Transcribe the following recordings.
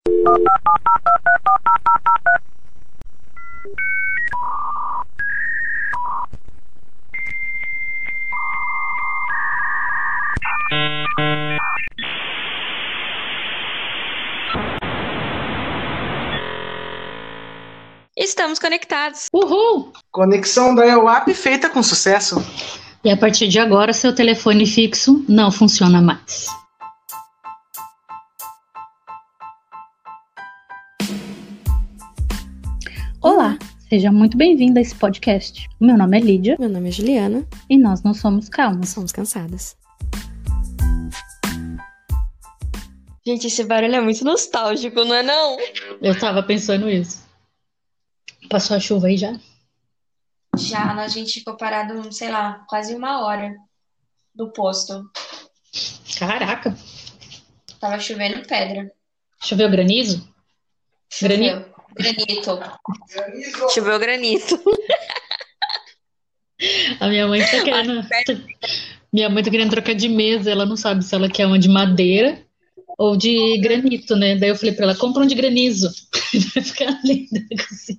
Estamos conectados. Uhul! Conexão da EUAP feita com sucesso. E a partir de agora, seu telefone fixo não funciona mais. Olá, seja muito bem-vindo a esse podcast. Meu nome é Lídia. Meu nome é Juliana. E nós não somos calmas. Somos cansadas. Gente, esse barulho é muito nostálgico, não é não? Eu tava pensando isso. Passou a chuva aí já? Já, a gente ficou parado, sei lá, quase 1 hora do posto. Caraca! Tava chovendo pedra. Choveu granizo? Choveu. Granito. Choveu granito. A minha mãe tá querendo... Minha mãe tá querendo trocar de mesa. Ela não sabe se ela quer uma de madeira ou de granito, né? Daí eu falei pra ela, compra um de granizo. Vai ficar linda na cozinha.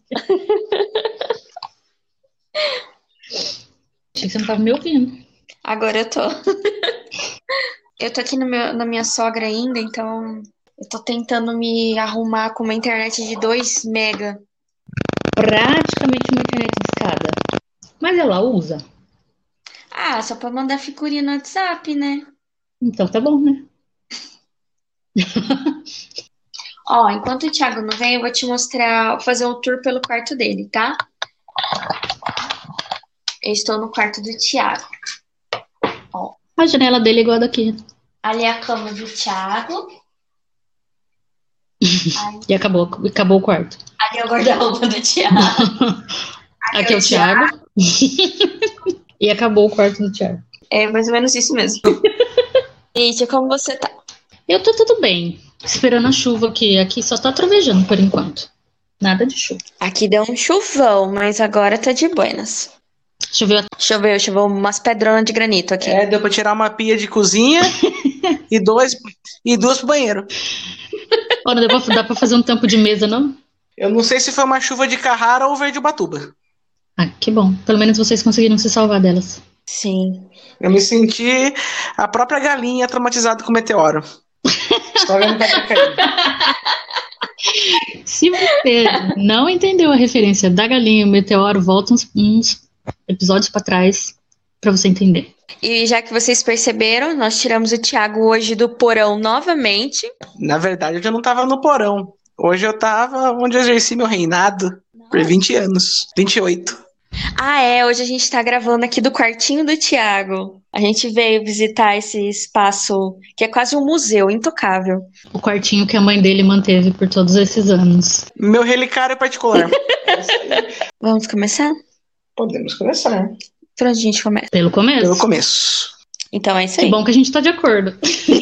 Achei que você não tava me ouvindo. Agora eu tô. Eu tô aqui na minha sogra ainda, então eu tô tentando me arrumar com uma internet de 2 mega. Praticamente uma internet de escada. Mas ela usa? Ah, só pra mandar figurinha no WhatsApp, né? Então tá bom, né? Ó, enquanto o Thiago não vem, eu vou te mostrar, fazer um tour pelo quarto dele, tá? Eu estou no quarto do Thiago. Ó, A janela dele é igual a daqui. ali é a cama do Thiago. E acabou o quarto. Ali é o guarda-roupa do Thiago. Aqui é o Thiago. E acabou o quarto do Thiago. É mais ou menos isso mesmo. Lídia, como você tá? Eu tô tudo bem. Esperando a chuva aqui. Aqui só tá trovejando por enquanto. Nada de chuva. Aqui deu um chuvão, mas agora tá de buenas. Choveu. Choveu umas pedronas de granito aqui. Deu pra tirar uma pia de cozinha e duas pro banheiro. Ó, não dá pra fazer um tampo de mesa, não? Eu não sei se foi uma chuva de Carrara ou verde Ubatuba. Ah, que bom. Pelo menos vocês conseguiram se salvar delas. Sim. Eu me senti a própria galinha traumatizada com o meteoro. Estou vendo pra cair. Se você não entendeu a referência da galinha e o meteoro, volta uns episódios pra trás pra você entender. E já que vocês perceberam, nós tiramos o Thiago hoje do porão novamente. Na verdade, eu já não tava no porão. Hoje eu tava onde eu exerci meu reinado por 20 anos. 28. Ah, hoje a gente tá gravando aqui do quartinho do Thiago. A gente veio visitar esse espaço que é quase um museu intocável. O quartinho que a mãe dele manteve por todos esses anos. Meu relicário particular. Vamos começar? Podemos começar. Por onde a gente começa? Pelo começo. Pelo começo. Então é isso Que aí. bom que a gente tá de acordo.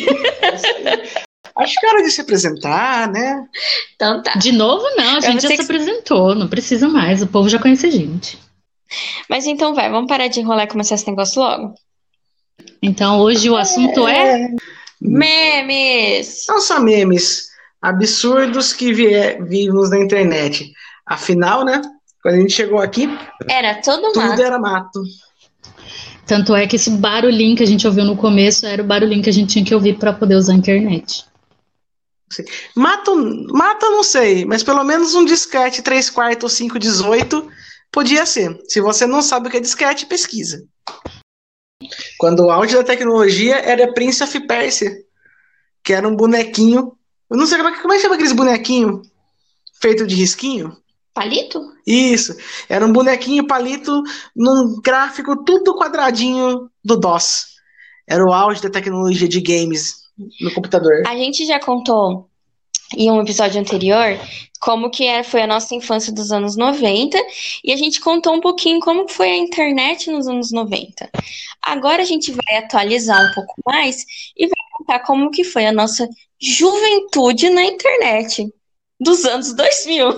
Acho que é hora de se apresentar, né? Então tá. De novo, não. A gente já se apresentou. Não precisa mais. O povo já conhece a gente. Mas então vai, vamos parar de enrolar e começar esse negócio logo? Então hoje o assunto é... Memes! Não só memes. Absurdos que vimos na internet. Afinal, né? Quando a gente chegou aqui... Era tudo Tudo era mato. Tanto é que esse barulhinho que a gente ouviu no começo era o barulhinho que a gente tinha que ouvir para poder usar a internet. Mato não sei, mas pelo menos um disquete 3/4 ou 5/18 podia ser. Se você não sabe o que é disquete, pesquisa. Quando o auge da tecnologia era Prince of Persia, que era um bonequinho. Eu não sei como é que chama aqueles bonequinhos feito de risquinho. Palito? Isso, era um bonequinho palito num gráfico tudo quadradinho do DOS. Era o auge da tecnologia de games no computador. A gente já contou em um episódio anterior como que foi a nossa infância dos anos 90 e a gente contou um pouquinho como foi a internet nos anos 90. Agora a gente vai atualizar um pouco mais e vai contar como que foi a nossa juventude na internet dos anos 2000.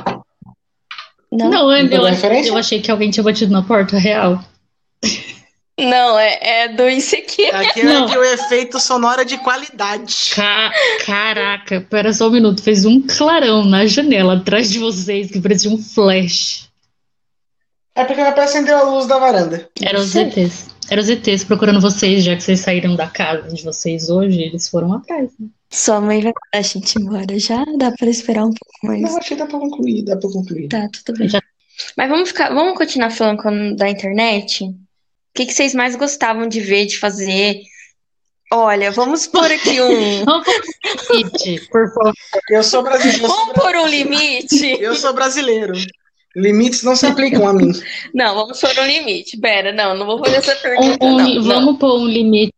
Não, eu achei que alguém tinha batido na porta real. Não, é do ICQ. Aquele é que o efeito sonoro é de qualidade. Caraca, pera só um minuto. Fez um clarão na janela atrás de vocês que parecia um flash. É porque meu pai acendeu a luz da varanda. Era os ETs. Era os ETs procurando vocês, já que vocês saíram da casa de vocês hoje, eles foram atrás. Né? Sua mãe vai mandar a gente embora já? Dá pra esperar um pouco mais? Não, acho que dá pra concluir. Tá, tudo bem. Mas vamos continuar falando da internet? O que vocês mais gostavam de ver, de fazer? Olha, vamos pôr aqui um... Vamos pôr um limite, por favor. Eu sou brasileiro. Vamos pôr um limite? Eu sou brasileiro. Limites não se aplicam a mim. Não, vamos pôr um limite. Pera, não vou fazer essa pergunta, não. Vamos pôr um limite.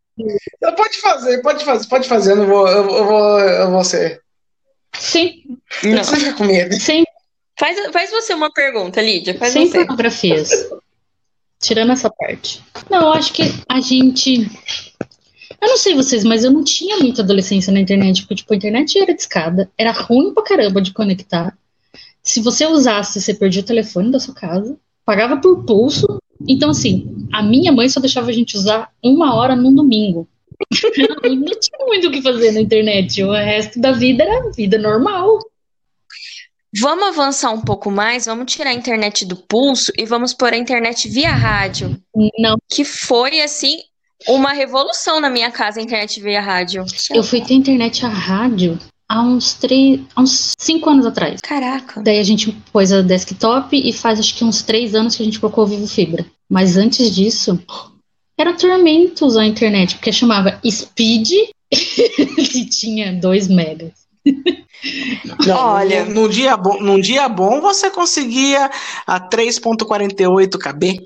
Pode fazer. Eu vou ser. Sim. Não precisa ficar com medo. Sim. Faz você uma pergunta, Lídia. Faz Sem você. pornografias. Tirando essa parte. Não, eu acho que a gente... Eu não sei vocês, mas eu não tinha muita adolescência na internet, porque, tipo, a internet era discada, era ruim pra caramba de conectar. Se você usasse, você perdia o telefone da sua casa, pagava por pulso. Então, assim, a minha mãe só deixava a gente usar 1 hora num domingo. Não tinha muito o que fazer na internet. O resto da vida era vida normal. Vamos avançar um pouco mais, vamos tirar a internet do pulso e vamos pôr a internet via rádio. Não. Que foi, assim, uma revolução na minha casa, a internet via rádio. Eu fui ter internet a rádio há uns 5 anos atrás. Caraca. Daí a gente pôs a desktop e faz acho que uns 3 anos que a gente colocou o Vivo Fibra. Mas antes disso, era tormento usar a internet, porque chamava Speed e tinha 2 megas. Não, olha, num dia bom você conseguia a 3.48 KB.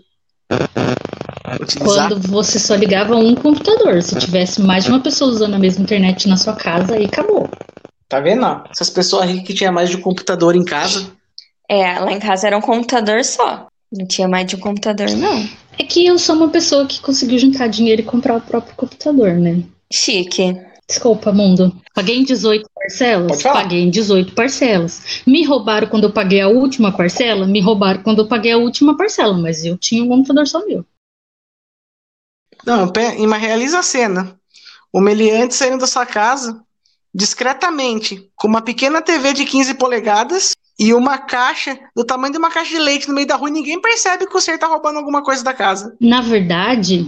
Quando você só ligava um computador. Se tivesse mais de uma pessoa usando a mesma internet na sua casa, aí acabou. Tá vendo? Essas pessoas ricas que tinham mais de um computador em casa. Lá em casa era um computador só. Não tinha mais de um computador, não. É que eu sou uma pessoa que conseguiu juntar dinheiro e comprar o próprio computador, né? Chique. Desculpa, mundo. Paguei em 18 parcelas? Pode falar. Paguei em 18 parcelas. Me roubaram quando eu paguei a última parcela? Me roubaram quando eu paguei a última parcela, mas eu tinha um computador só meu. Não, mas realiza a cena. O meliante saindo da sua casa, discretamente, com uma pequena TV de 15 polegadas e uma caixa do tamanho de uma caixa de leite no meio da rua e ninguém percebe que o senhor tá roubando alguma coisa da casa. Na verdade,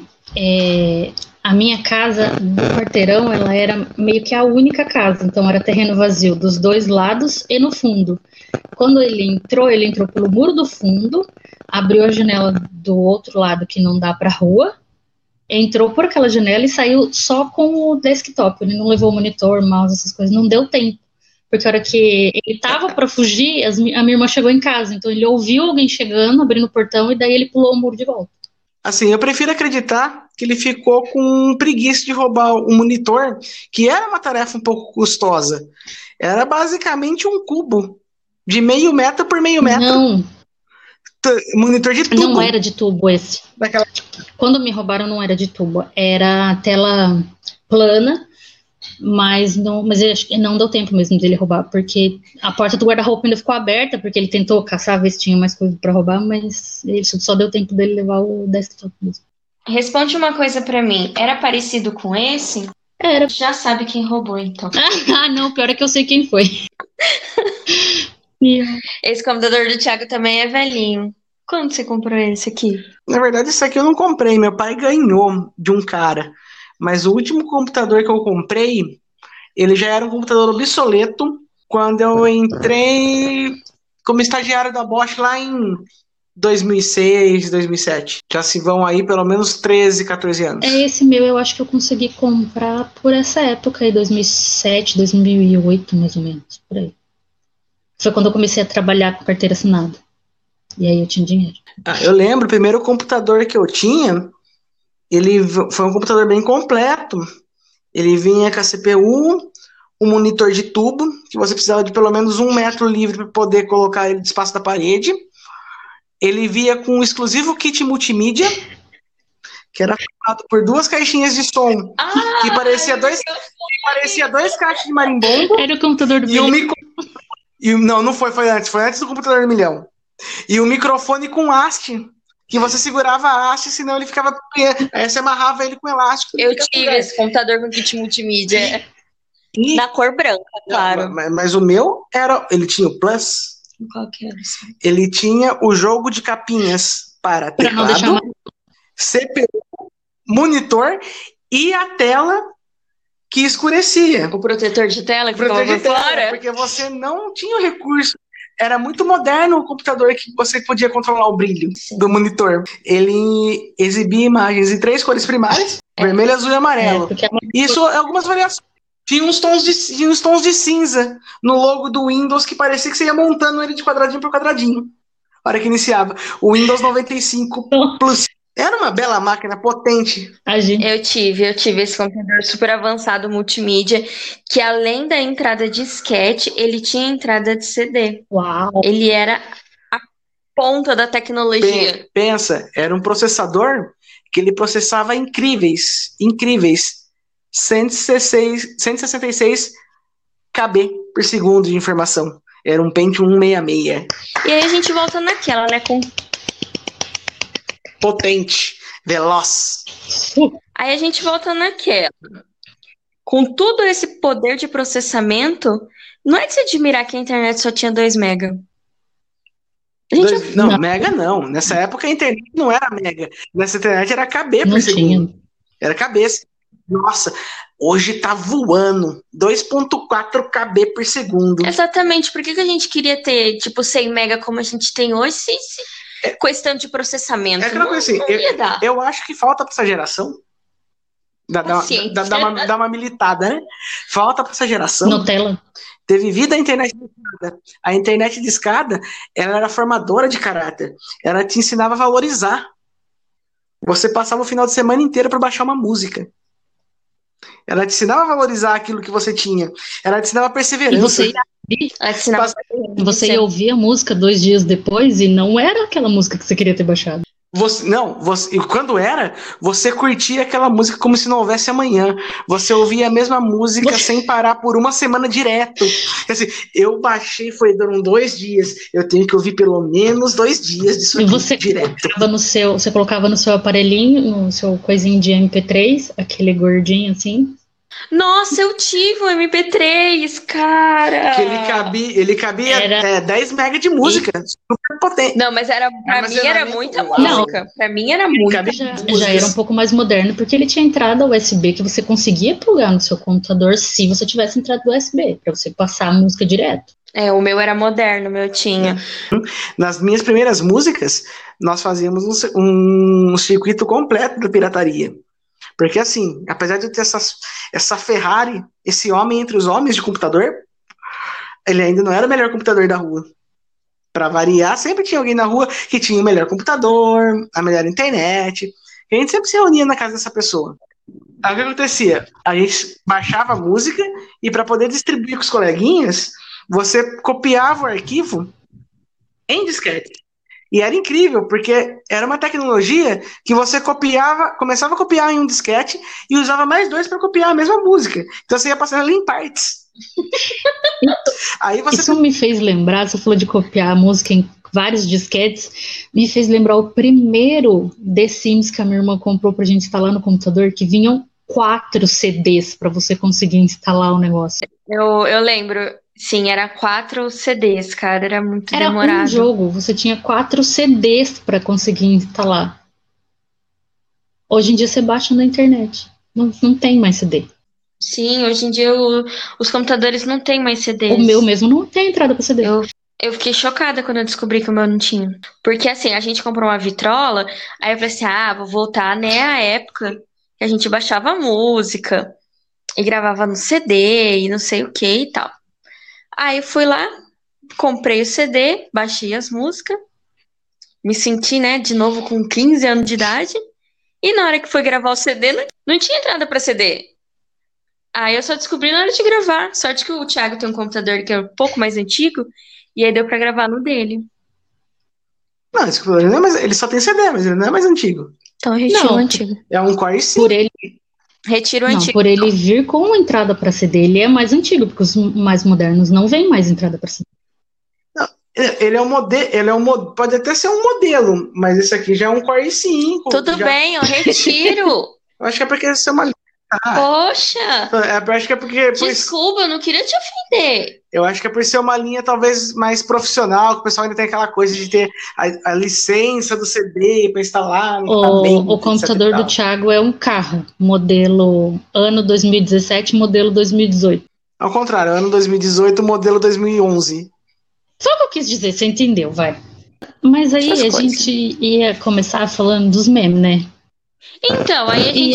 a minha casa do quarteirão, ela era meio que a única casa, então era terreno vazio dos 2 lados e no fundo. Quando ele entrou pelo muro do fundo, abriu a janela do outro lado que não dá pra rua, entrou por aquela janela e saiu só com o desktop. Ele não levou o monitor, mouse, essas coisas, não deu tempo. Porque a hora que ele tava pra fugir, a minha irmã chegou em casa, então ele ouviu alguém chegando, abrindo o portão, e daí ele pulou o muro de volta. Assim, eu prefiro acreditar que ele ficou com preguiça de roubar o monitor, que era uma tarefa um pouco custosa. Era basicamente um cubo de 0,5 metro por 0,5 metro. Não. Monitor de tubo. Não era de tubo esse. Daquela... Quando me roubaram não era de tubo, era tela plana, mas eu acho que não deu tempo mesmo dele roubar, porque a porta do guarda-roupa ainda ficou aberta, porque ele tentou caçar, ver se tinha mais coisa pra roubar, mas só deu tempo dele levar o desktop mesmo. Responde uma coisa pra mim, era parecido com esse? Era. Já sabe quem roubou, então. Não, pior é que eu sei quem foi. Esse computador do Thiago também é velhinho. Quando você comprou esse aqui? Na verdade, esse aqui eu não comprei. Meu pai ganhou de um cara. Mas o último computador que eu comprei, ele já era um computador obsoleto quando eu entrei como estagiário da Bosch lá em 2006, 2007. Já se vão aí pelo menos 13, 14 anos. Esse meu eu acho que eu consegui comprar por essa época aí, 2007, 2008, mais ou menos, por aí. Foi quando eu comecei a trabalhar com carteira assinada. E aí eu tinha dinheiro. Eu lembro, o primeiro computador que eu tinha, ele foi um computador bem completo. Ele vinha com a CPU, um monitor de tubo, que você precisava de pelo menos 1 metro livre para poder colocar ele de espaço da parede. Ele vinha com um exclusivo kit multimídia, que era formado por 2 caixinhas de som, que parecia 2 caixas de marimbondo. Era o computador do Não foi antes do computador do milhão. E o microfone com haste, que você segurava a haste, senão ele ficava preso. Aí você amarrava ele com elástico. Eu tive esse computador com kit multimídia. E... na cor branca, claro. Mas o meu ele tinha o Plus. Qual que era? Ele tinha o jogo de capinhas para teclado, CPU, monitor e a tela que escurecia. O protetor de tela que ficava por fora? Porque você não tinha o recurso. Era muito moderno o computador que você podia controlar o brilho do monitor. Ele exibia imagens em 3 cores primárias, vermelho, azul e amarelo. Isso, algumas variações. Tinha uns tons de cinza no logo do Windows que parecia que você ia montando ele de quadradinho por quadradinho. Na hora que iniciava. O Windows 95 Plus. Era uma bela máquina, potente. Eu tive esse computador super avançado multimídia, que além da entrada de disquete, ele tinha entrada de CD. Uau! Ele era a ponta da tecnologia. Pensa, era um processador que ele processava incríveis 166 KB por segundo de informação. Era um Pentium 166. E aí a gente volta naquela, né? Potente, veloz. Aí a gente volta naquela. Com todo esse poder de processamento, não é de se admirar que a internet só tinha 2 mega. Não, mega não. Nessa época a internet não era mega. Nessa internet era KB por segundo. Era cabeça. Nossa, hoje tá voando 2.4 KB por segundo. Exatamente, por que a gente queria ter, tipo, 100 mega como a gente tem hoje, questão de processamento? É aquela coisa assim, eu acho que falta pra essa geração, dá uma militada, né? Falta pra essa geração Nutella. ter vivido a internet discada. A internet discada, ela era formadora de caráter. Ela te ensinava a valorizar. Você passava o final de semana inteiro pra baixar uma música. Ela te ensinava a valorizar aquilo que você tinha. Ela te ensinava perseverança. E você ia ouvir a música 2 dias depois e não era aquela música que você queria ter baixado. E quando era, você curtia aquela música como se não houvesse amanhã. Você ouvia a mesma música sem parar por uma semana direto. Assim, eu baixei, foram 2 dias. Eu tenho que ouvir pelo menos 2 dias disso aqui, você direto. Você colocava no seu aparelhinho, no seu coisinho de MP3, aquele gordinho assim. Nossa, eu tive um MP3, cara! Que ele cabia 10 MB de música. Super potente. Não, mas pra mim era muita música. Pra mim era muita. Já era um pouco mais moderno, porque ele tinha entrada USB que você conseguia plugar no seu computador se você tivesse entrada USB, pra você passar a música direto. O meu era moderno, o meu tinha. Nas minhas primeiras músicas, nós fazíamos um circuito completo da pirataria. Porque assim, apesar de eu ter essa Ferrari, esse homem entre os homens de computador, ele ainda não era o melhor computador da rua. Pra variar, sempre tinha alguém na rua que tinha o melhor computador, a melhor internet. E a gente sempre se reunia na casa dessa pessoa. Aí o que acontecia? A gente baixava a música e para poder distribuir com os coleguinhas, você copiava o arquivo em disquete. E era incrível, porque era uma tecnologia que você começava a copiar em um disquete e usava mais 2 para copiar a mesma música. Então você ia passando ali em partes. Aí Isso me fez lembrar, você falou de copiar a música em vários disquetes, me fez lembrar o primeiro The Sims que a minha irmã comprou pra gente instalar no computador, que vinham 4 CDs para você conseguir instalar o negócio. Eu lembro. Sim, era 4 CDs, cara, era muito demorado. Era um jogo, você tinha 4 CDs para conseguir instalar. Hoje em dia você baixa na internet, não tem mais CD. Sim, hoje em dia os computadores não tem mais CDs. O meu mesmo não tem entrada para CD. Eu fiquei chocada quando eu descobri que o meu não tinha. Porque assim, a gente comprou uma vitrola, aí eu falei assim, vou voltar, né, à época que a gente baixava música e gravava no CD e não sei o que e tal. Aí eu fui lá, comprei o CD, baixei as músicas, me senti, né, de novo com 15 anos de idade, e na hora que foi gravar o CD, não tinha entrada pra CD. Aí eu só descobri na hora de gravar. Sorte que o Thiago tem um computador que é um pouco mais antigo, e aí deu pra gravar no dele. Não, esse computador não é mais, ele só tem CD, mas ele não é mais antigo. Então eu retiro o antigo. É um Core i5. Por ele... Retiro o não, antigo. Por ele vir com entrada para CD, ele é mais antigo, porque os mais modernos não vêm mais entrada para CD. Pode até ser um modelo, mas esse aqui já é um Core i5. Tudo bem, eu retiro. Eu acho que é porque esse é uma linha. Poxa! Eu acho que é porque. Desculpa, eu não queria te ofender. Eu acho que é por ser uma linha talvez mais profissional, que o pessoal ainda tem aquela coisa de ter a licença do CD para instalar. O computador do Thiago é um carro, modelo ano 2017, modelo 2018. Ao contrário, ano 2018, modelo 2011. Só o que eu quis dizer, você entendeu, vai. Mas aí a gente ia começar falando dos memes, né? Então, aí a gente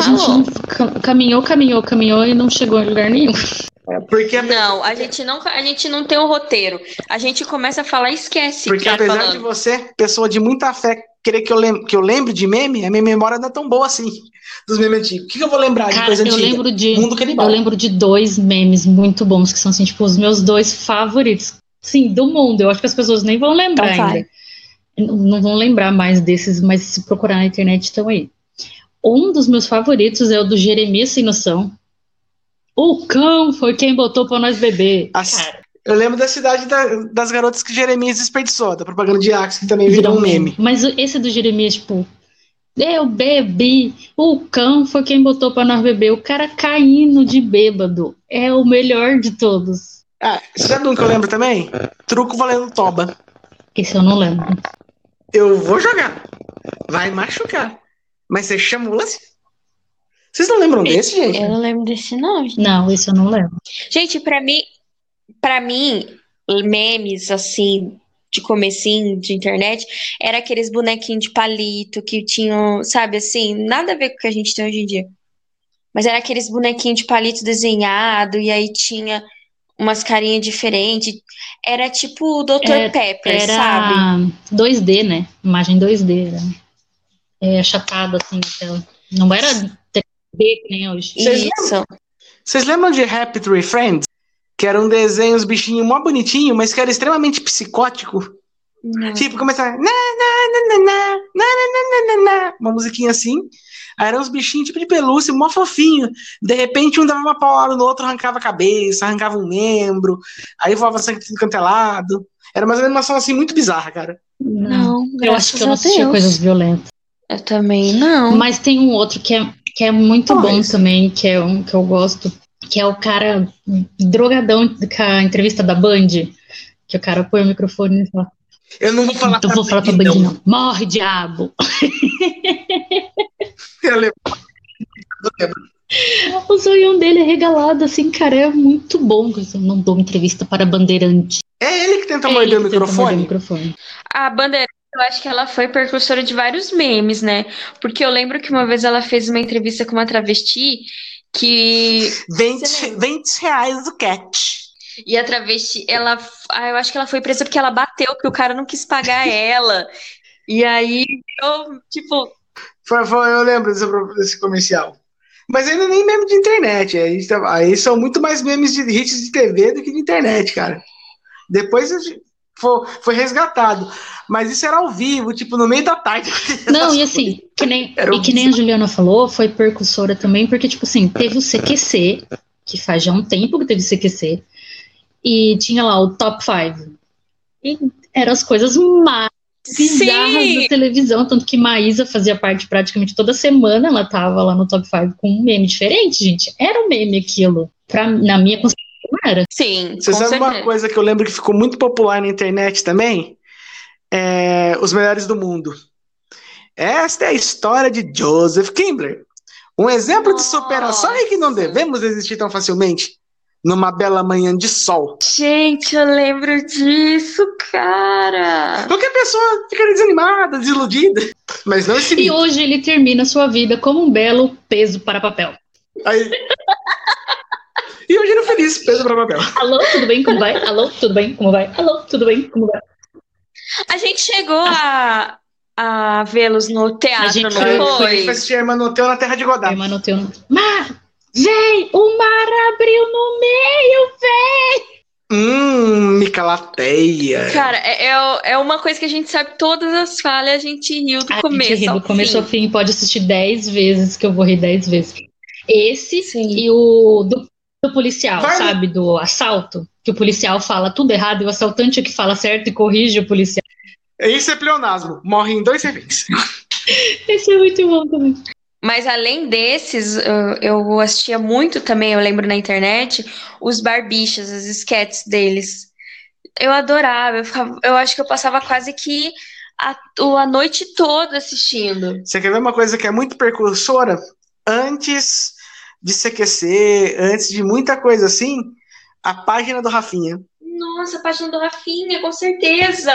caminhou e não chegou em lugar nenhum. Não, a gente não tem um roteiro. A gente começa a falar e esquece. Porque apesar de você, pessoa de muita fé, querer que eu lembre de meme, a minha memória não é tão boa assim, dos memes antigos. O que eu vou lembrar de coisa antiga? Mundo Canibal. Eu lembro de 2 memes muito bons, que são assim, tipo, os meus 2 favoritos. Sim, do mundo. Eu acho que as pessoas nem vão lembrar ainda. Não vão lembrar mais desses, mas se procurar na internet estão aí. Um dos meus favoritos é o do Jeremias Sem Noção. O cão foi quem botou pra nós beber. Eu lembro da cidade das garotas que Jeremias desperdiçou, da propaganda de Axe, que também virou um meme. Mas esse do Jeremias, tipo, eu bebi, o cão foi quem botou pra nós beber. O cara caindo de bêbado. É o melhor de todos. Sabe um que eu lembro também? Truco valendo toba. Esse eu não lembro. Eu vou jogar. Vai machucar. Mas você chama o lance? Vocês não lembram desse, gente? Eu não lembro desse, não. Gente. Não, isso eu não lembro. Gente, pra mim, memes, assim, de comecinho de internet, era aqueles bonequinhos de palito que tinham, sabe, assim, nada a ver com o que a gente tem hoje em dia. Mas era aqueles bonequinhos de palito desenhado, e aí tinha umas carinhas diferentes. Era tipo o Dr. Pepper, sabe? Era 2D, né? Imagem 2D. Achatada, assim, a tela. Não era 3D que nem hoje. Vocês lembram de Happy Tree Friends? Que era um desenho, os bichinhos mó bonitinho, mas que era extremamente psicótico. Não. Tipo, começava uma musiquinha assim. Aí eram uns bichinhos tipo de pelúcia, mó fofinho. De repente um dava uma paulada no outro, arrancava a cabeça, arrancava um membro. Aí voava sangue tudo cantelado. Era uma animação assim muito bizarra, cara. Não, eu acho que eu não assistia coisas violentas. Eu também não. Mas tem um outro que é muito bom também, que é um que eu gosto, que é o cara drogadão com a entrevista da Band, que o cara põe o microfone e fala: eu não vou falar pra Band, não. Morre, diabo! Eu lembro. O zoião dele é regalado, assim, cara, é muito bom. Eu não dou entrevista para Bandeirante. É ele que tenta morder o microfone? A Bandeirante, eu acho que ela foi precursora de vários memes, né? Porque eu lembro que uma vez ela fez uma entrevista com uma travesti que... 20 reais do catch. E a travesti, eu acho que ela foi presa porque ela bateu, porque o cara não quis pagar ela. E aí, eu lembro desse comercial. Mas ainda nem meme de internet. Aí são muito mais memes de hits de TV do que de internet, cara. Depois foi resgatado. Mas isso era ao vivo, tipo, no meio da tarde. Não, e assim, que nem a Juliana falou, foi percussora também, porque, tipo assim, teve o CQC, que faz já um tempo que teve o CQC, e tinha lá o Top 5. E eram as coisas mais bizarras da televisão, tanto que Maísa fazia parte praticamente toda semana, ela tava lá no Top 5 com um meme diferente, gente. Era um meme aquilo. Na minha concepção, era. Sim, você sabe certeza. Uma coisa que eu lembro que ficou muito popular na internet também? Os Melhores do Mundo. Esta é a história de Joseph Kimbler. Um exemplo de superação e que não devemos desistir tão facilmente. Numa bela manhã de sol. Gente, eu lembro disso, cara. Qualquer pessoa fica desanimada, desiludida. Mas não esse E hoje ele termina sua vida como um belo peso para papel. Aí... E hoje ele é feliz, peso para papel. Alô, tudo bem? Como vai? Alô, tudo bem? Como vai? Alô, tudo bem? Como vai? A gente chegou a vê-los no teatro, não foi? A gente foi assistir a Hermanoteu na Terra de Godard. Hermanoteu. Vem! O mar abriu no meio, vem! Micalateia. Cara, é uma coisa que a gente sabe todas as falhas, a gente riu do começo. A gente riu do começo ao fim, pode assistir 10 vezes, que eu vou rir 10 vezes. Esse e o Do policial, Vai, sabe? Do assalto. Que o policial fala tudo errado e o assaltante é que fala certo e corrige o policial. Esse é pleonasmo. Morre em 2 segundos. Esse é muito bom também. Mas além desses, eu assistia muito também, eu lembro na internet, os Barbichas, as sketches deles. Eu adorava, eu acho que eu passava quase que a noite toda assistindo. Você quer ver uma coisa que é muito precursora? Antes de CQC, antes de muita coisa assim, a página do Rafinha. Nossa, a página do Rafinha, com certeza!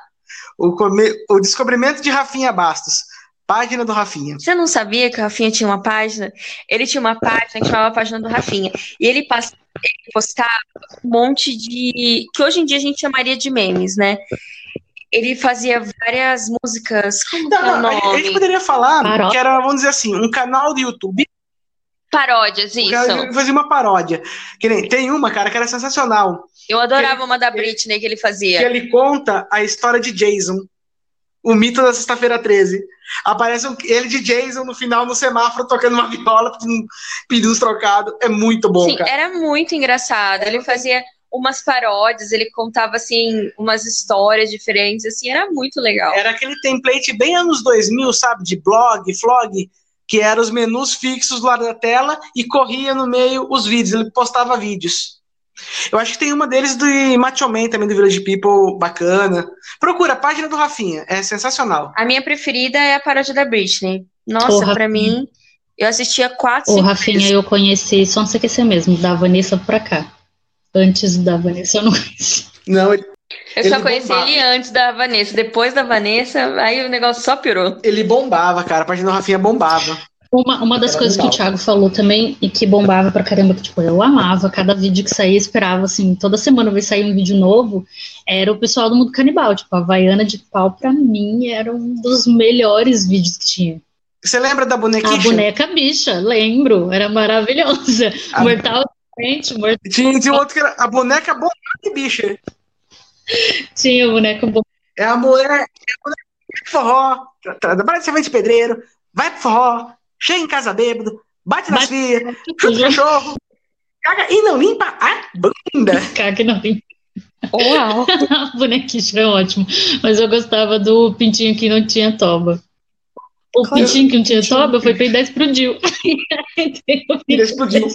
O descobrimento de Rafinha Bastos. Página do Rafinha. Você não sabia que o Rafinha tinha uma página? Ele tinha uma página que chamava Página do Rafinha. E ele postava um monte de... que hoje em dia a gente chamaria de memes, né? Ele fazia várias músicas. Como que é o Não, a gente nome? poderia falar Paródia. que era, vamos dizer assim, um canal do YouTube. Paródias, O cara isso. fazia uma paródia. Que nem, tem uma, cara, que era sensacional. Eu adorava uma da Britney que ele Que fazia. ele conta a história de Jason. O mito da Sexta-feira 13. Aparece ele de Jason no final, no semáforo, tocando uma viola, pedindo uns trocados. É muito bom, Sim, cara. era muito engraçado. Ele fazia umas paródias, ele contava, assim, umas histórias diferentes, assim, era muito legal. Era aquele template bem anos 2000, sabe? De blog, vlog, que eram os menus fixos do lado da tela e corria no meio os vídeos. Ele postava vídeos. Eu acho que tem uma deles do Macho Man também, do Village People, bacana. Procura, a página do Rafinha, é sensacional. A minha preferida é a paródia da Britney. Nossa, Ô, pra Rafinha. mim, eu assistia 4, O 5 Rafinha vezes. eu conheci só no CQC mesmo, da Vanessa pra cá. Antes da Vanessa eu não conheci. Não, Eu só ele conheci bombava. ele antes da Vanessa. Depois da Vanessa, aí o negócio só piorou. Ele bombava, cara, a página do Rafinha bombava. Uma das Era coisas que o legal. Thiago falou também e que bombava pra caramba, que tipo, eu amava, cada vídeo que saía, esperava, assim, toda semana vai sair um vídeo novo, era o pessoal do Mundo Canibal, tipo, a Havaiana de Pau pra mim era um dos melhores vídeos que tinha. Você lembra da A bonequicha? boneca bicha, lembro, era maravilhosa. A- Mortal frente, mortal Tinha outro que era a boneca bombada, bicha. tinha, boneca boa. É a mulher de forró, trabalha de servente de pedreiro, vai pro forró, chega em casa bêbado, bate nas Bate filhas, chuta o cachorro, caga e não limpa a bunda. Cara, que não tem. Uau! A bonequinha é ótimo, mas eu gostava do pintinho que não tinha toba. O Qual pintinho que não tinha toba foi peidar e explodiu. Ele explodiu.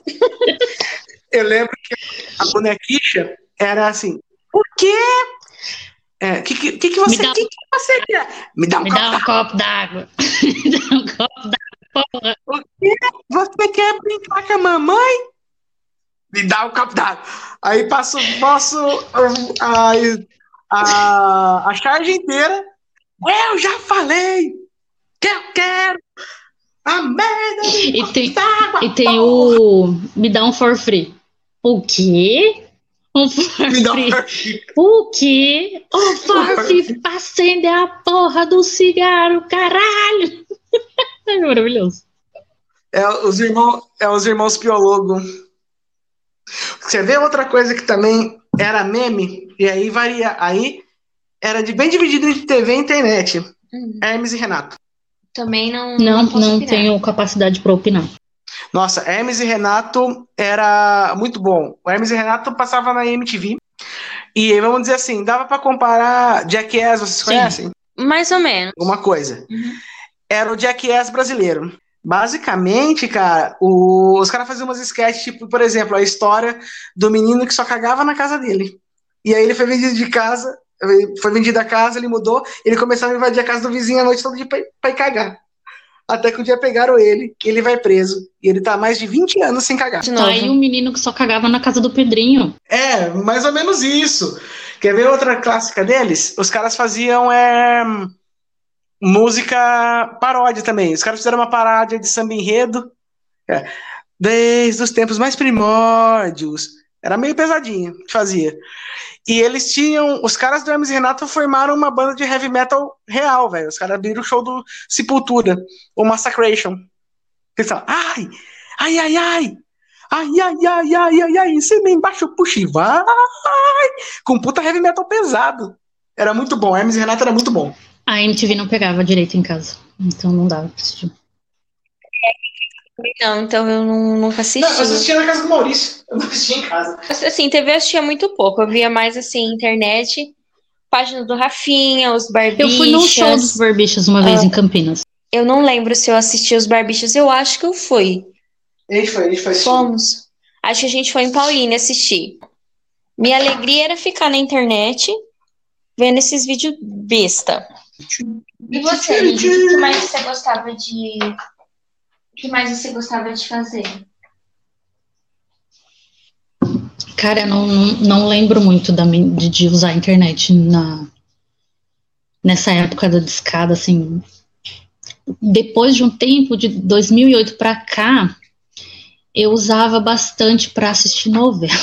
Eu lembro que a bonequicha era assim, por quê? Que você quer? Me dá um Me copo dá um copo d'água. Me dá um copo d'água, porra. O quê? Você quer brincar com a mamãe? Me dá um copo d'água. Aí passo a charge inteira. Eu já falei que eu quero a merda de E tem, d'água. e tem o Me dá um for free. O quê? Um for Me dá um free. perfil. O quê? Um for free pra acender a porra do cigarro, caralho. É maravilhoso. É os irmãos Piologo. Você vê outra coisa que também era meme, e aí varia. Aí era bem dividido entre TV e internet. Hermes e Renato. Também não posso Não opinar. tenho capacidade pra opinar. Nossa, Hermes e Renato era muito bom. O Hermes e Renato passava na MTV. E vamos dizer assim, dava pra comparar Jackass, vocês Sim. conhecem? Mais ou menos. Alguma coisa. Uhum. Era o Jackass brasileiro. Basicamente, cara, os caras faziam umas sketches, tipo, por exemplo, a história do menino que só cagava na casa dele. E aí ele foi vendido de casa, foi vendido a casa, ele mudou, ele começava a invadir a casa do vizinho à noite todo dia pra ir cagar. Até que um dia pegaram ele, e ele vai preso. E ele tá há mais de 20 anos sem cagar. De Tá novo. aí um menino que só cagava na casa do Pedrinho. É, mais ou menos isso. Quer ver outra clássica deles? Os caras faziam música paródia também. Os caras fizeram uma paródia de samba enredo. Desde os tempos mais primórdios. Era meio pesadinho que fazia. E eles tinham... Os caras do Hermes e Renato formaram uma banda de heavy metal real, velho. Os caras abriram o show do Sepultura. O Massacration. Eles falam, ai, ai, ai, ai. Ai, ai, ai, ai, ai, ai. Você me embaixo, puxa e vai. Com puta heavy metal pesado. Era muito bom. Hermes e Renato era muito bom. A MTV não pegava direito em casa. Então não dava pra assistir. Não, então eu nunca assisti. Não, eu assistia na casa do Maurício. Eu não assistia em casa. Assim, TV eu assistia muito pouco. Eu via mais, assim, internet, página do Rafinha, os Barbichas. Eu fui num show dos Barbichas uma vez em Campinas. Eu não lembro se eu assisti os Barbichas. Eu acho que eu fui. A gente foi assistir. Fomos. Acho que a gente foi em Paulínia assistir. Minha alegria era ficar na internet vendo esses vídeos besta. E você, Lidy, o que mais você gostava de... O que mais você gostava de fazer? Cara, eu não lembro muito de usar a internet nessa época da discada, assim. Depois de um tempo, de 2008 pra cá, eu usava bastante para assistir novela.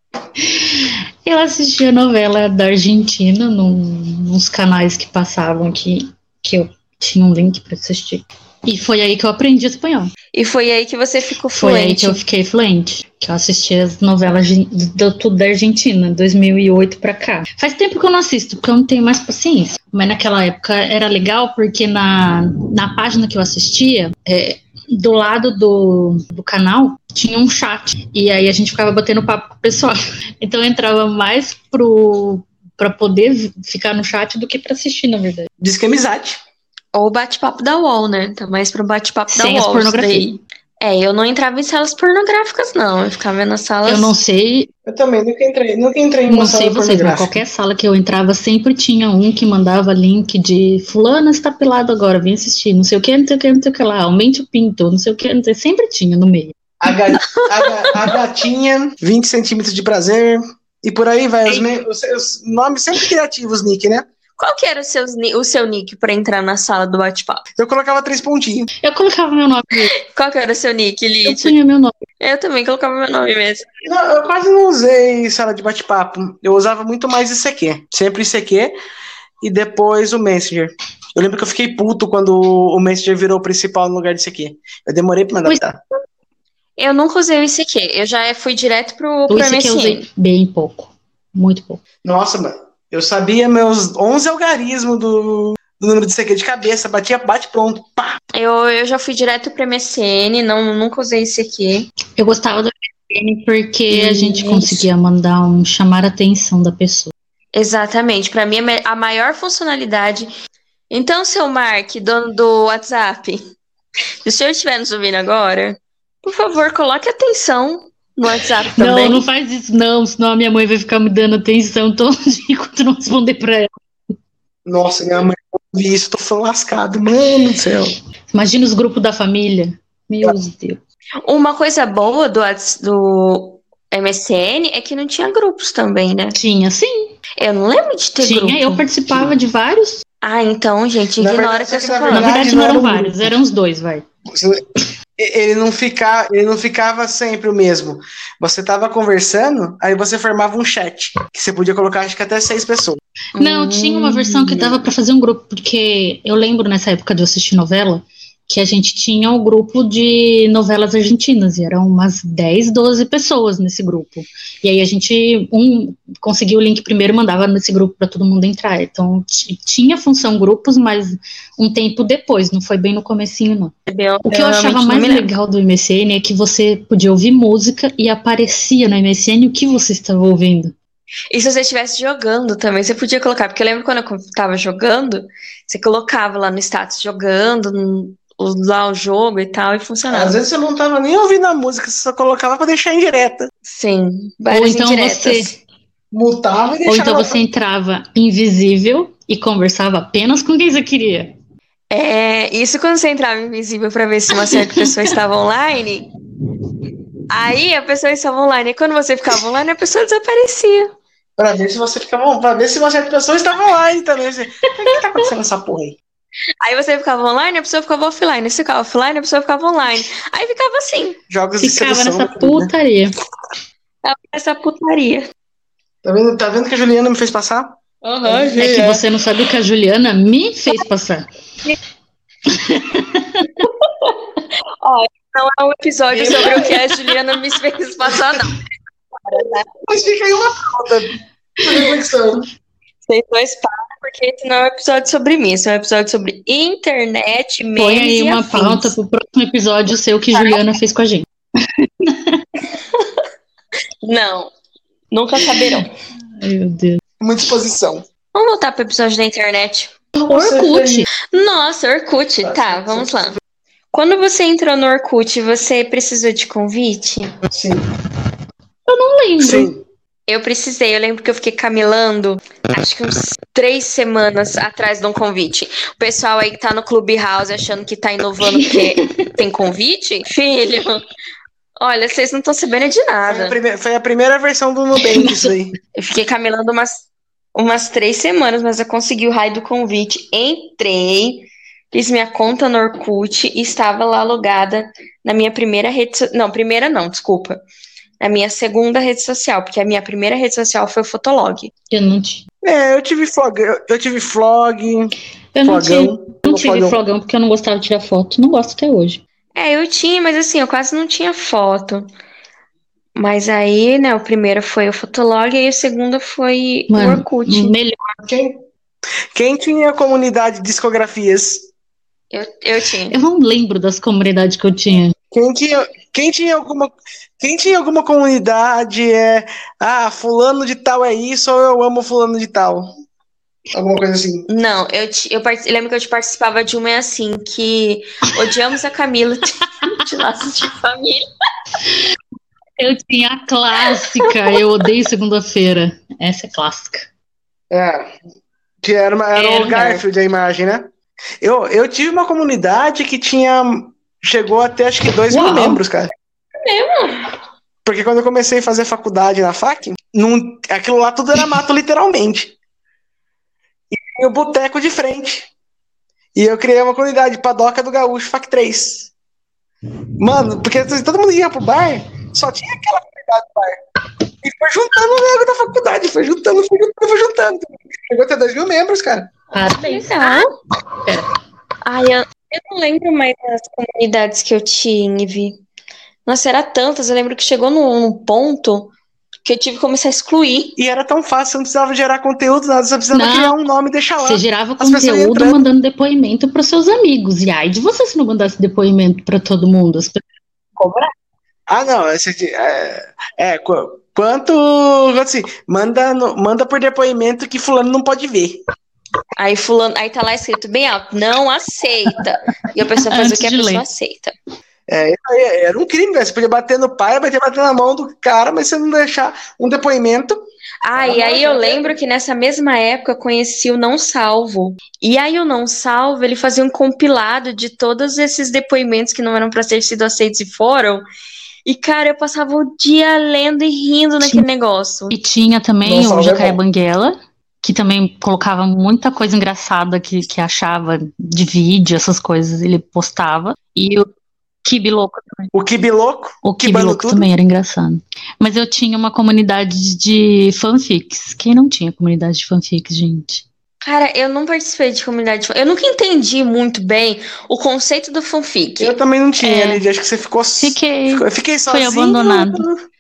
Eu assistia novela da Argentina nos canais que passavam que eu tinha um link para assistir. E foi aí que eu aprendi espanhol. E foi aí que você ficou fluente? Foi aí que eu fiquei fluente. Que eu assisti as novelas tudo da Argentina, 2008 pra cá. Faz tempo que eu não assisto, porque eu não tenho mais paciência. Mas naquela época era legal, porque na página que eu assistia, do lado do canal, tinha um chat. E aí a gente ficava batendo papo com o pessoal. Então eu entrava mais pra poder ficar no chat do que pra assistir, na verdade. Diz que é amizade. Ou o bate-papo da UOL, né? Tá mais pro bate-papo da UOL. Sem as pornografias. Eu não entrava em salas pornográficas, não. Eu ficava nas salas... Eu não sei... Eu também nunca entrei em uma sala pornográfica. Mas qualquer sala que eu entrava, sempre tinha um que mandava link de fulana está pelado agora, vem assistir, não sei o que, não sei o que, não sei o que lá, aumente o pinto, não sei o que, não sei, sempre tinha no meio. A gatinha, 20 centímetros de prazer, e por aí vai, os nomes sempre criativos, Nick, né? Qual que era o seu nick pra entrar na sala do bate-papo? Eu colocava 3 pontinhos. Eu colocava meu nome. Qual que era o seu nick, Lid? Eu punha meu nome. Eu também colocava meu nome mesmo. Não, eu quase não usei sala de bate-papo. Eu usava muito mais ICQ. Sempre ICQ e depois o Messenger. Eu lembro que eu fiquei puto quando o Messenger virou o principal no lugar de ICQ. Eu demorei pra me adaptar. Eu nunca usei o ICQ. Eu já fui direto pro ICQ MSN. Eu usei bem pouco. Muito pouco. Nossa, mano. Eu sabia meus 11 algarismos do número de ICQ de cabeça. Bate pronto. Pá! Eu já fui direto pro MSN. Nunca usei ICQ. Eu gostava do MSN porque a gente conseguia mandar chamar a atenção da pessoa. Exatamente. Pra mim, a maior funcionalidade... Então, seu Mark, dono do WhatsApp, se o senhor estiver nos ouvindo agora, por favor, coloque atenção no WhatsApp também. Não faz isso não, senão a minha mãe vai ficar me dando atenção todo dia enquanto não responder pra ela. Nossa, minha mãe ouviu isso, tô falando lascado, mano do céu. Imagina os grupos da família. Meu Deus. Uma coisa boa do MSN é que não tinha grupos também, né? Tinha, sim. Eu não lembro de ter grupo. Eu participava de vários. Ah, então, gente, ignora que eu tô falando. Na verdade, não eram vários, eram uns 2, vai. Ele não ficava sempre o mesmo. Você tava conversando, aí você formava um chat, que você podia colocar, acho que até 6 pessoas. Não, tinha uma versão que dava pra fazer um grupo, porque eu lembro nessa época de eu assistir novela, que a gente tinha um grupo de novelas argentinas, e eram umas 10, 12 pessoas nesse grupo. E aí a gente conseguia o link primeiro e mandava nesse grupo para todo mundo entrar. Então tinha função grupos, mas um tempo depois, não foi bem no comecinho, não. O que eu achava mais legal do MSN é que você podia ouvir música e aparecia no MSN o que você estava ouvindo. E se você estivesse jogando também, você podia colocar, porque eu lembro quando eu estava jogando, você colocava lá no status jogando, lá o jogo e tal, e funcionava. Às vezes você não tava nem ouvindo a música, você só colocava pra deixar indireta. Sim, ou então indiretas. Você mutava e deixava. Ou então você entrava invisível e conversava apenas com quem você queria. Isso quando você entrava invisível pra ver se uma certa pessoa estava online, aí a pessoa estava online, e quando você ficava online, a pessoa desaparecia. Pra ver se você ficava, pra ver se uma certa pessoa estava online também. O que tá acontecendo nessa porra aí? Aí você ficava online, a pessoa ficava offline. Você ficava offline, a pessoa ficava online. Aí ficava assim. Jogos de ficava sedução, nessa putaria. Essa putaria. Tá vendo que a Juliana me fez passar? É que você não sabe o que a Juliana me fez passar. Ó, não é um episódio sobre o que a Juliana me fez passar, não. Mas fica aí uma pauta. Vocês dois param, porque esse não é um episódio sobre mim, esse é um episódio sobre internet, memes Põe aí e uma afins. pauta pro próximo episódio seu que Juliana fez com a gente. Não, nunca saberão. Ai, meu Deus. Muita exposição. Vamos voltar pro episódio da internet. Orkut. Nossa, Orkut. Tá, vamos lá. Quando você entrou no Orkut, você precisou de convite? Sim. Eu não lembro. Sim. Eu precisei, eu lembro que eu fiquei camelando, acho que uns 3 semanas atrás de um convite. O pessoal aí que tá no Clubhouse achando que tá inovando porque tem convite? Filho, olha, vocês não estão sabendo de nada. Foi a primeira versão do Nubank, isso aí. Eu fiquei camelando umas 3 semanas, mas eu consegui o raio do convite. Entrei, fiz minha conta no Orkut e estava lá logada na minha primeira rede social. Não, primeira não, desculpa. Na minha segunda rede social, porque a minha primeira rede social foi o Fotolog. Eu não tinha. Eu tive flog. Eu tive flog. Eu não Flogão. tive flogão porque eu não gostava de tirar foto. Não gosto até hoje. Eu tinha, mas assim, eu quase não tinha foto. Mas aí, né, o primeiro foi o Fotolog e o segundo foi o Orkut. Melhor. Quem tinha comunidade de discografias? Eu tinha. Eu não lembro das comunidades que eu tinha. Quem tinha alguma comunidade fulano de tal é isso ou eu amo fulano de tal? Alguma coisa assim. Não, eu lembro que eu participava de uma assim, que odiamos a Camila de Laços de Família. Eu tinha a clássica, eu odeio segunda-feira. Essa é clássica. Que era o Garfield a imagem, né? Eu tive uma comunidade que chegou até acho que 2.000 membros, cara. Porque quando eu comecei a fazer faculdade na FAC, aquilo lá tudo era mato, literalmente. E tinha o boteco de frente. E eu criei uma comunidade, Padoca do Gaúcho, FAC 3. Mano, porque todo mundo ia pro bar, só tinha aquela comunidade do bar. E foi juntando o nego da faculdade, foi juntando. Chegou até 2.000 membros, cara. Parabéns. Eu não lembro mais das comunidades que eu tive. Nossa, era tantas. Eu lembro que chegou num ponto que eu tive que começar a excluir. E era tão fácil, você não precisava gerar conteúdo, nada, você precisava criar um nome e deixar lá. Você gerava conteúdo mandando depoimento para seus amigos. E aí de você se não mandasse depoimento para todo mundo? As pessoas cobrar? Não. Quanto assim, manda por depoimento que fulano não pode ver. Aí tá lá escrito bem alto, não aceita. E a pessoa faz o que a pessoa aceita. Era um crime, velho. Você podia bater no pai, bater na mão do cara, mas você não deixar um depoimento. E aí eu lembro que nessa mesma época eu conheci o Não Salvo. E aí o Não Salvo, ele fazia um compilado de todos esses depoimentos que não eram para ter sido aceitos e foram. E, cara, eu passava o dia lendo e rindo naquele negócio. E tinha também o Jacaré Banguela, que também colocava muita coisa engraçada que achava de vídeo, essas coisas, ele postava. E o Kibi Louco também. O Kibi Louco? O Kibi Louco também era engraçado. Mas eu tinha uma comunidade de fanfics. Quem não tinha comunidade de fanfics, gente? Cara, eu não participei de comunidade de fanfic. Eu nunca entendi muito bem o conceito do fanfic. Eu também não tinha, Lídia. Acho que você ficou... Fiquei sozinho. Foi abandonado.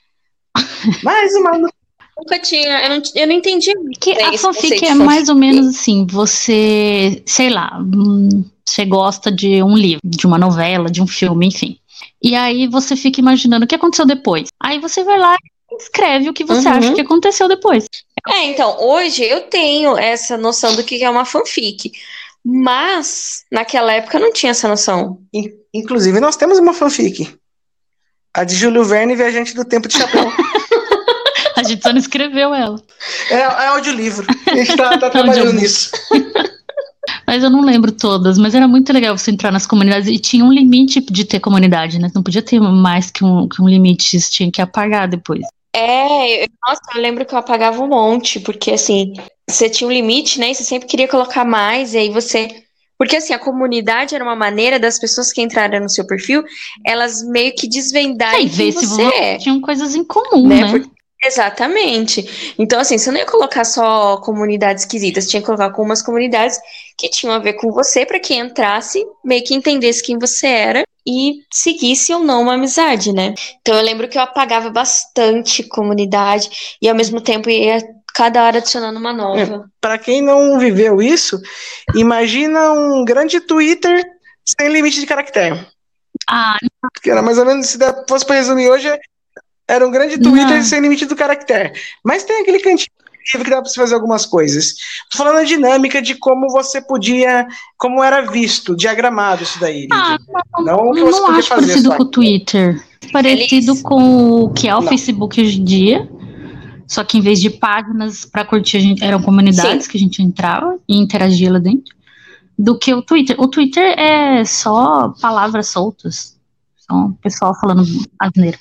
Mais uma... Nunca tinha, eu não entendi. Que a fanfic é mais ou menos assim, você, sei lá, você gosta de um livro, de uma novela, de um filme, enfim. E aí você fica imaginando o que aconteceu depois. Aí você vai lá e escreve o que você acha que aconteceu depois. Então, hoje eu tenho essa noção do que é uma fanfic. Mas, naquela época, eu não tinha essa noção. Inclusive, nós temos uma fanfic. A de Júlio Verne, Viajante do Tempo de Chapéu. A gente só não escreveu ela. É audiolivro. A gente tá trabalhando nisso. Mas eu não lembro todas, mas era muito legal você entrar nas comunidades e tinha um limite de ter comunidade, né? Não podia ter mais que um limite, você tinha que apagar depois. Nossa, eu lembro que eu apagava um monte, porque assim, você tinha um limite, né? E você sempre queria colocar mais, e aí você... Porque assim, a comunidade era uma maneira das pessoas que entraram no seu perfil, elas meio que desvendarem quem você é. Tinham coisas em comum, né? Exatamente. Então, assim, você não ia colocar só comunidades esquisitas, tinha que colocar algumas comunidades que tinham a ver com você, para que entrasse, meio que entendesse quem você era e seguisse ou não uma amizade, né? Então, eu lembro que eu apagava bastante comunidade e, ao mesmo tempo, ia Cada hora adicionando uma nova. Para quem não viveu isso, imagina um grande Twitter sem limite de caractere. Que era mais ou menos, se fosse para resumir hoje, era um grande Twitter sem limite do caractere. Mas tem aquele cantinho que dá para você fazer algumas coisas. Tô falando a dinâmica de como você podia, como era visto, diagramado isso daí. Não o que você podia fazer. Parecido com o Twitter. Parecido com o que é o Facebook hoje em dia. Só que em vez de páginas para curtir, eram comunidades que a gente entrava e interagia lá dentro. Do que o Twitter. O Twitter é só palavras soltas. Só o pessoal falando asneira.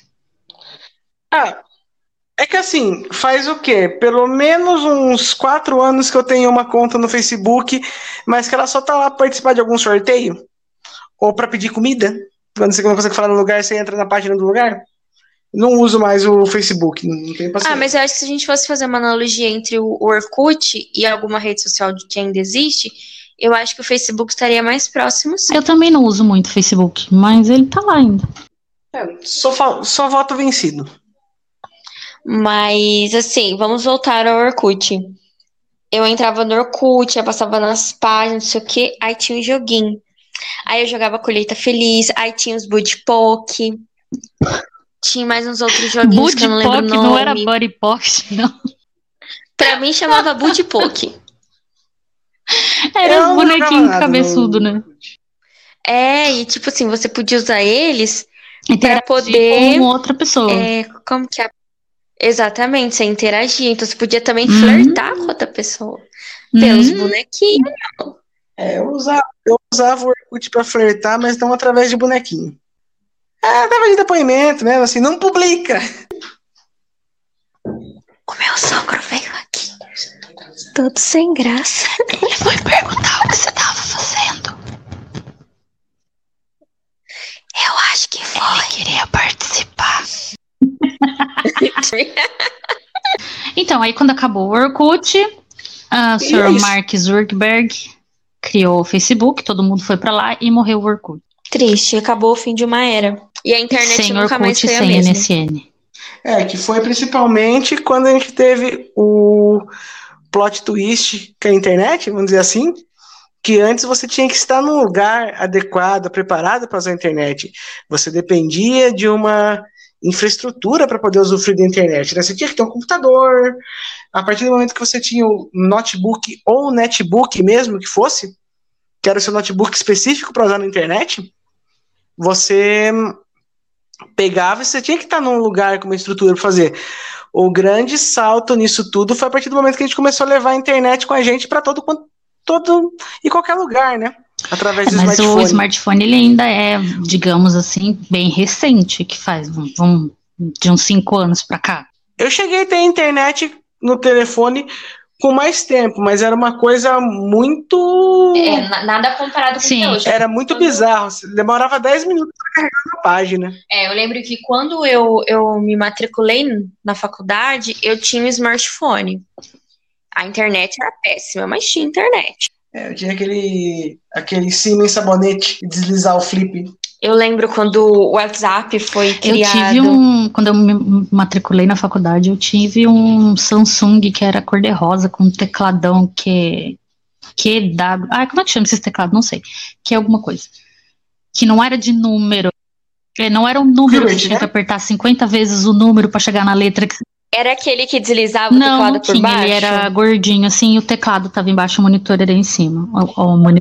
É que assim, faz o quê? Pelo menos uns 4 anos que eu tenho uma conta no Facebook, mas que ela só tá lá pra participar de algum sorteio, ou pra pedir comida. Quando você não consegue falar no lugar, você entra na página do lugar. Não uso mais o Facebook, não tenho paciência. Mas eu acho que se a gente fosse fazer uma analogia entre o Orkut e alguma rede social que ainda existe, eu acho que o Facebook estaria mais próximo, sim. Eu também não uso muito o Facebook, mas ele tá lá ainda. Só voto vencido. Mas, assim, vamos voltar ao Orkut. Eu entrava no Orkut, eu passava nas páginas, não sei o que, aí tinha um joguinho. Aí eu jogava Colheita Feliz, aí tinha os Budipok. Tinha mais uns outros joguinhos que eu não lembro o nome. Não era Buddy Pocket, não. Pra mim chamava Budipok. Era um bonequinho cabeçudo, né? E tipo assim, você podia usar eles pra poder... com outra pessoa. Como que é? Exatamente, você interagia. Então você podia também flertar com outra pessoa. Pelos bonequinhos. Eu usava o Orkut pra flertar, mas não através de bonequinho. Dava de depoimento, né? Assim, não publica. O meu sogro veio aqui, todo sem graça. Ele foi perguntar o que você tava fazendo. Eu acho que foi. Ele queria participar. Então, aí quando acabou o Orkut, o Sr. Mark Zuckerberg criou o Facebook, todo mundo foi pra lá e morreu o Orkut. Triste, acabou o fim de uma era. E a internet sem nunca Orkut, mais foi a sem mesma. MSN. Que foi principalmente quando a gente teve o plot twist com a internet, vamos dizer assim, que antes você tinha que estar num lugar adequado, preparado para usar a internet. Você dependia de uma infraestrutura para poder usufruir da internet. Né? Você tinha que ter um computador. A partir do momento que você tinha o notebook ou o netbook mesmo, que fosse, que era o seu notebook específico para usar na internet, você pegava e você tinha que estar num lugar com uma estrutura para fazer. O grande salto nisso tudo foi a partir do momento que a gente começou a levar a internet com a gente para todo e qualquer lugar, né? Através do mas smartphone. O smartphone ele ainda é, digamos assim, bem recente, que faz de uns 5 anos para cá. Eu cheguei a ter internet no telefone com mais tempo, mas era uma coisa muito... Nada comparado com hoje. Era muito bizarro. Demorava 10 minutos para carregar uma página. Eu lembro que quando eu me matriculei na faculdade, eu tinha um smartphone. A internet era péssima, mas tinha internet. Eu tinha aquele Siemens sabonete de deslizar o flip. Eu lembro quando o WhatsApp foi criado. Quando eu me matriculei na faculdade, eu tive um Samsung que era cor-de-rosa, com um tecladão QW. Como é que chama esse teclado? Não sei. Que é alguma coisa. Que não era de número. Não era um número que você tinha que apertar 50 vezes o número para chegar na letra que... Era aquele que deslizava o teclado por baixo? Ele era gordinho, assim, e o teclado estava embaixo, o monitor era em cima. O monitor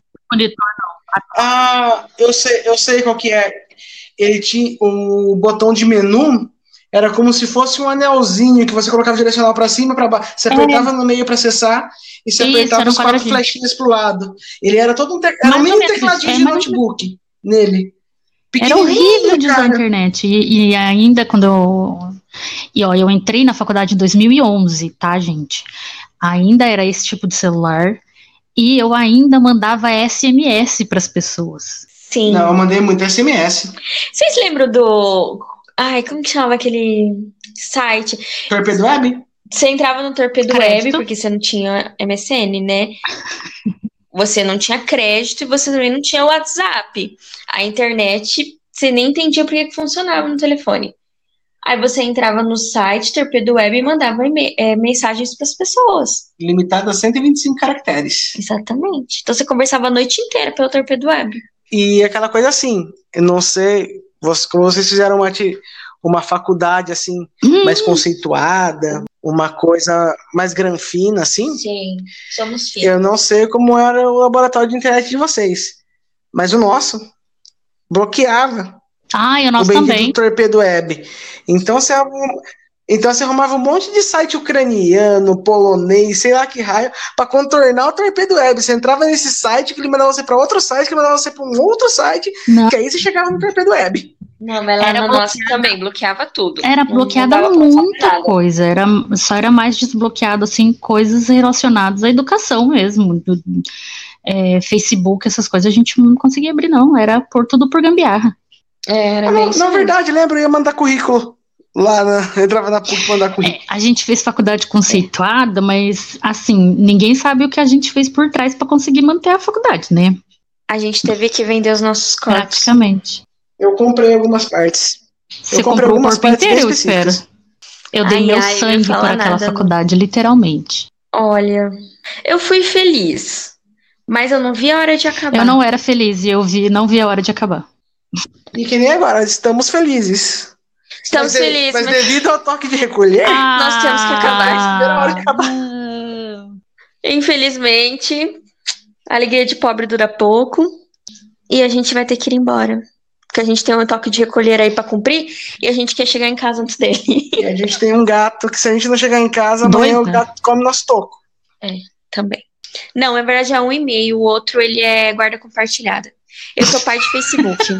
não. Eu sei qual que é. Ele tinha o botão de menu, era como se fosse um anelzinho que você colocava direcional para cima, para baixo. Você apertava no meio para acessar e você apertava os 4 flechinhas pro lado. Ele era todo era um mini tecladinho de notebook nele. Era horrível de usar a internet. E ainda quando eu entrei na faculdade em 2011, tá, gente? Ainda era esse tipo de celular. E eu ainda mandava SMS para as pessoas. Sim. Não, eu mandei muito SMS. Vocês lembram do... como que chamava aquele site? Torpedo Web? Você entrava no Torpedo Web, porque você não tinha MSN, né? Você não tinha crédito e você também não tinha WhatsApp. A internet, você nem entendia por que funcionava no telefone. Aí você entrava no site Torpedo Web e mandava mensagens para as pessoas. Limitada a 125 caracteres. Exatamente. Então você conversava a noite inteira pelo Torpedo Web. E aquela coisa assim, eu não sei, como vocês fizeram uma faculdade assim, mais conceituada, uma coisa mais granfina, assim. Sim, somos finos. Eu não sei como era o laboratório de internet de vocês, mas o nosso bloqueava. E o nosso o bendito também. Torpedo Web. Então você arrumava um monte de site ucraniano, polonês, sei lá que raio, para contornar o Torpedo Web. Você entrava nesse site, que ele mandava você para outro site, que mandava você para um outro site, que aí você chegava no Torpedo Web. Não, mas lá no nosso também bloqueava tudo. Era bloqueada muita coisa. Só era mais desbloqueado, assim, coisas relacionadas à educação mesmo. Facebook, essas coisas, a gente não conseguia abrir, não. Era tudo por gambiarra. Era na verdade, lembro, eu ia mandar currículo. Entrava na PUC pra mandar currículo. A gente fez faculdade conceituada, mas, assim, ninguém sabe o que a gente fez por trás para conseguir manter a faculdade, né? A gente teve que vender os nossos corpos. Praticamente. Eu comprei algumas partes. Você comprou o corpo inteiro, eu espero. Eu dei meu sangue para aquela faculdade, literalmente. Olha, eu fui feliz, mas eu não vi a hora de acabar. Eu não era feliz e não vi a hora de acabar. E que nem agora, estamos felizes. Estamos felizes. Mas devido ao toque de recolher, nós temos que acabar. A hora de acabar. Infelizmente, a alegria de pobre dura pouco e a gente vai ter que ir embora. Porque a gente tem um toque de recolher aí pra cumprir e a gente quer chegar em casa antes dele. E a gente tem um gato que se a gente não chegar em casa, amanhã o gato come nosso toco. Também. Não, na verdade é 1,5, o outro ele é guarda compartilhada. Eu sou pai de Facebook.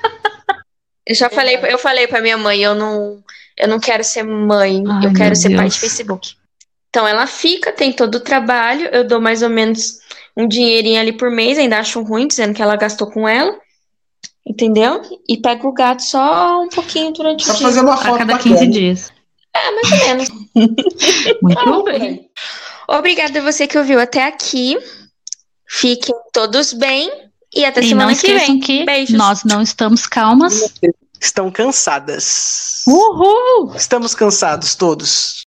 Eu falei pra minha mãe, eu não quero ser mãe, eu quero ser pai de Facebook. Então ela fica, tem todo o trabalho, eu dou mais ou menos um dinheirinho ali por mês, ainda acho ruim, dizendo que ela gastou com ela. Entendeu? E pega o gato só um pouquinho durante o dia. Só fazer uma foto a cada 15 dias. Mais ou menos. Muito bem. Obrigada a você que ouviu até aqui. Fiquem todos bem e até semana que vem. E não esqueçam que beijos. Nós não estamos calmas. Estão cansadas. Uhul! Estamos cansados todos.